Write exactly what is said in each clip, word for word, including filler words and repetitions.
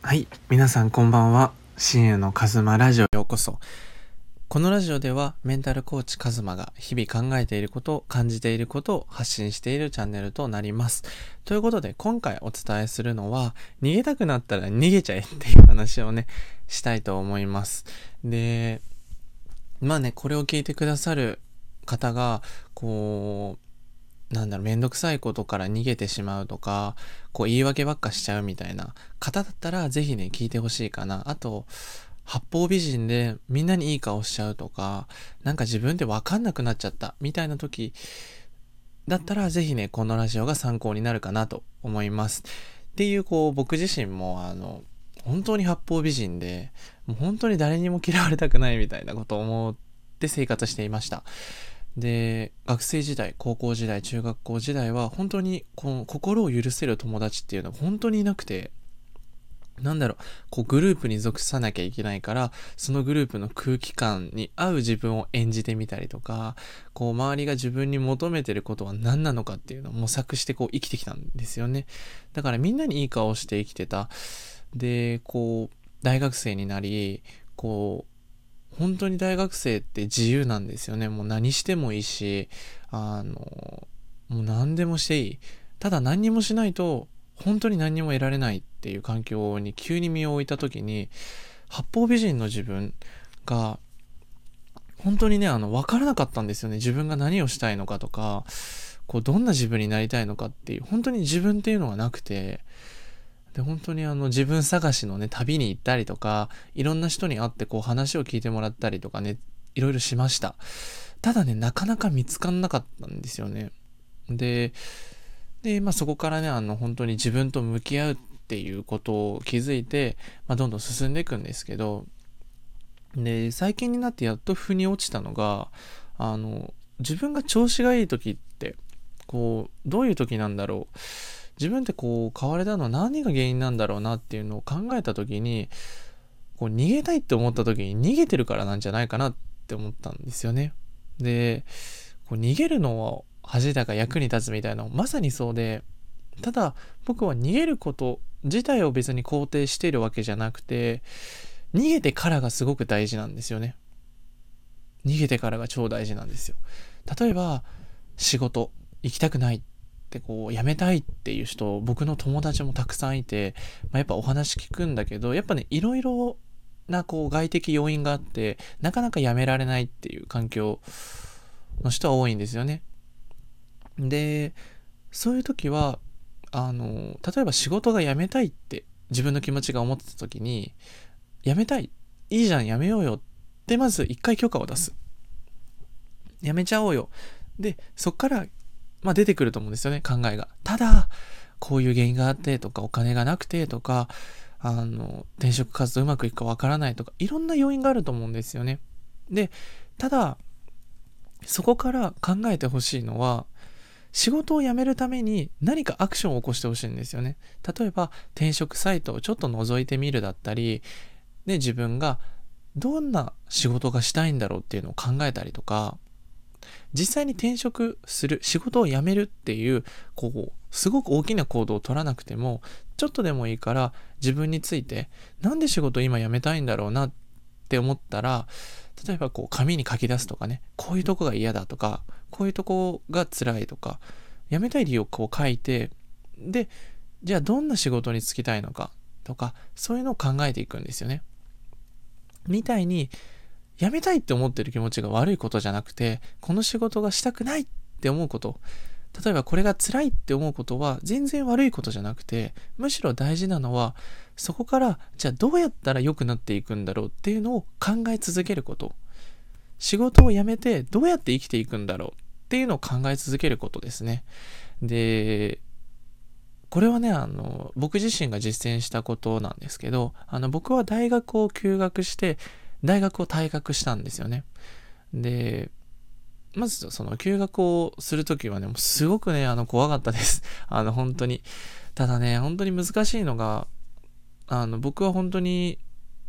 はい、皆さんこんばんは。深夜のカズマラジオへようこそ。このラジオではメンタルコーチカズマが日々考えていること、感じていることを発信しているチャンネルとなります。ということで今回お伝えするのは、逃げたくなったら逃げちゃえっていう話をね、したいと思います。で、まあね、これを聞いてくださる方が、こう、なんだろう、めんどくさいことから逃げてしまうとか、こう言い訳ばっかしちゃうみたいな方だったら、ぜひね、聞いてほしいかな。あと、八方美人でみんなにいい顔しちゃうとか、なんか自分でわかんなくなっちゃったみたいな時だったら、ぜひね、このラジオが参考になるかなと思います。っていう、こう、僕自身も、あの、本当に八方美人で、もう本当に誰にも嫌われたくないみたいなことを思って生活していました。で、学生時代、高校時代、中学校時代は本当にこの心を許せる友達っていうのは本当にいなくて、なんだろう、こうグループに属さなきゃいけないから、そのグループの空気感に合う自分を演じてみたりとか、こう周りが自分に求めてることは何なのかっていうのを模索してこう生きてきたんですよね。だからみんなにいい顔をして生きてた。で、こう、大学生になり、こう、本当に大学生って自由なんですよね。もう何してもいいし、あの、もう何でもしていい。ただ何にもしないと、本当に何にも得られないっていう環境に急に身を置いた時に、八方美人の自分が、本当にね、あの、分からなかったんですよね。自分が何をしたいのかとか、こう、どんな自分になりたいのかっていう、本当に自分っていうのがなくて、で、本当にあの自分探しのね、旅に行ったりとか、いろんな人に会ってこう話を聞いてもらったりとかね、いろいろしました。ただね、なかなか見つかんなかったんですよね。で、で、まあそこからね、あの本当に自分と向き合うっていうことを気づいて、まあどんどん進んでいくんですけど、で、最近になってやっと腑に落ちたのが、あの、自分が調子がいい時って、こう、どういう時なんだろう。自分ってこう変われたのは何が原因なんだろうなっていうのを考えた時に、こう逃げたいって思った時に逃げてるからなんじゃないかなって思ったんですよね。で、こう逃げるのを恥だか役に立つみたいなのまさにそうで、ただ僕は逃げること自体を別に肯定しているわけじゃなくて、逃げてからがすごく大事なんですよね。逃げてからが超大事なんですよ。例えば仕事行きたくないってこう辞めたいっていう人、僕の友達もたくさんいて、まあ、やっぱお話聞くんだけど、やっぱねいろいろなこう外的要因があってなかなか辞められないっていう環境の人は多いんですよね。で、そういう時はあの例えば仕事が辞めたいって自分の気持ちが思ってた時に、辞めたい、いいじゃん辞めようよってまず一回許可を出す。やめちゃおうよ。で、そっから、まあ出てくると思うんですよね、考えが。ただ、こういう原因があってとか、お金がなくてとか、あの、転職活動うまくいくかわからないとか、いろんな要因があると思うんですよね。で、ただ、そこから考えてほしいのは、仕事を辞めるために何かアクションを起こしてほしいんですよね。例えば、転職サイトをちょっと覗いてみるだったり、で、自分がどんな仕事がしたいんだろうっていうのを考えたりとか、実際に転職する、仕事を辞めるっていう、こう、すごく大きな行動を取らなくても、ちょっとでもいいから自分について、なんで仕事今辞めたいんだろうなって思ったら、例えばこう紙に書き出すとかね、こういうとこが嫌だとか、こういうとこが辛いとか、辞めたい理由をこう書いて、で、じゃあどんな仕事に就きたいのかとか、そういうのを考えていくんですよね。みたいに、辞めたいって思ってる気持ちが悪いことじゃなくて、この仕事がしたくないって思うこと、例えばこれが辛いって思うことは全然悪いことじゃなくて、むしろ大事なのは、そこからじゃあどうやったら良くなっていくんだろうっていうのを考え続けること。仕事を辞めてどうやって生きていくんだろうっていうのを考え続けることですね。で、これはね、あの、僕自身が実践したことなんですけど、あの、僕は大学を休学して、大学を退学したんですよね。で、まずその休学をするときはね、もうすごくね、あの怖かったです。あの本当に。ただね、本当に難しいのが、あの僕は本当に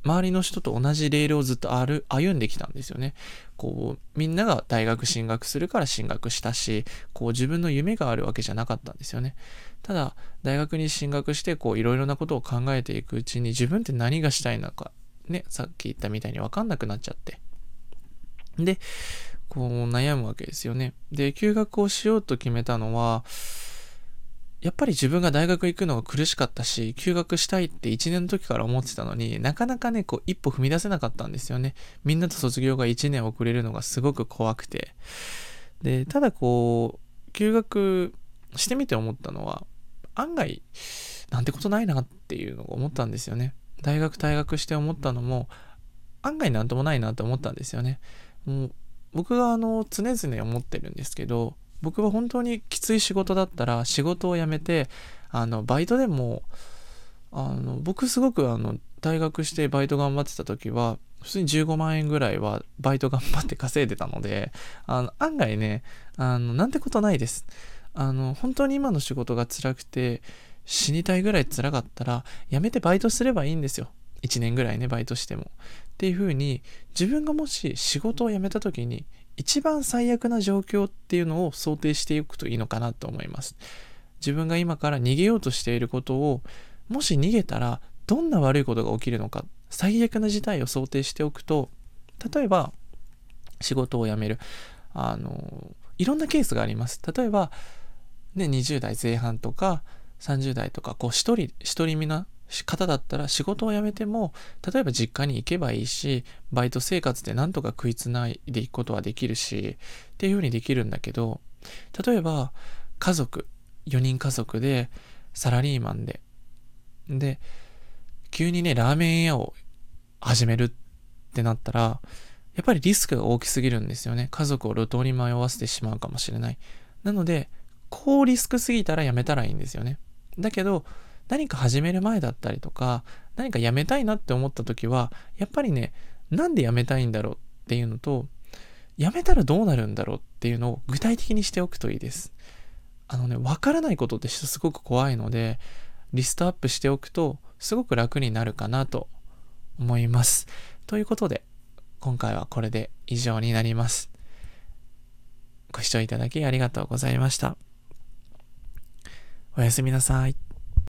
周りの人と同じレールをずっと歩歩んできたんですよね。こうみんなが大学進学するから進学したし、こう自分の夢があるわけじゃなかったんですよね。ただ大学に進学してこういろいろなことを考えていくうちに、自分って何がしたいのかね、さっき言ったみたいに分かんなくなっちゃって、でこう悩むわけですよね。で休学をしようと決めたのは、やっぱり自分が大学行くのが苦しかったし、休学したいっていちねんの時から思ってたのに、なかなかね、こう一歩踏み出せなかったんですよね。みんなと卒業がいちねん遅れるのがすごく怖くて。で、ただこう、休学してみて思ったのは、案外、なんてことないなっていうのを思ったんですよね。大学退学して思ったのも、案外なんともないなと思ったんですよね。もう僕があの常々思ってるんですけど、僕は本当にきつい仕事だったら仕事を辞めて、あのバイトでも、あの僕すごくあの大学してバイト頑張ってた時は普通にじゅうごまんえんぐらいはバイト頑張って稼いでたので、あの案外ね、あのなんてことないです。あの本当に今の仕事が辛くて死にたいぐらい辛かったら辞めてバイトすればいいんですよ。いちねんぐらいね、バイトしてもっていう風に、自分がもし仕事を辞めた時に一番最悪な状況っていうのを想定していくといいのかなと思います。自分が今から逃げようとしていることを、もし逃げたらどんな悪いことが起きるのか、最悪な事態を想定しておくと、例えば仕事を辞める、あのいろんなケースがあります。例えばね、にじゅう代前半とかさんじゅう代とか、こう一人一人身な方だったら仕事を辞めても、例えば実家に行けばいいし、バイト生活でなんとか食いつないでいくことはできるしっていう風にできるんだけど、例えば家族よにん家族でサラリーマンでで急にねラーメン屋を始めるってなったら、やっぱりリスクが大きすぎるんですよね。家族を路頭に迷わせてしまうかもしれない。なので高リスクすぎたらやめたらいいんですよね。だけど何か始める前だったりとか、何かやめたいなって思った時は、やっぱりね、なんでやめたいんだろうっていうのと、やめたらどうなるんだろうっていうのを具体的にしておくといいです。あのね、わからないことってすごく怖いので、リストアップしておくとすごく楽になるかなと思います。ということで、今回はこれで以上になります。ご視聴いただきありがとうございました。おやすみなさい。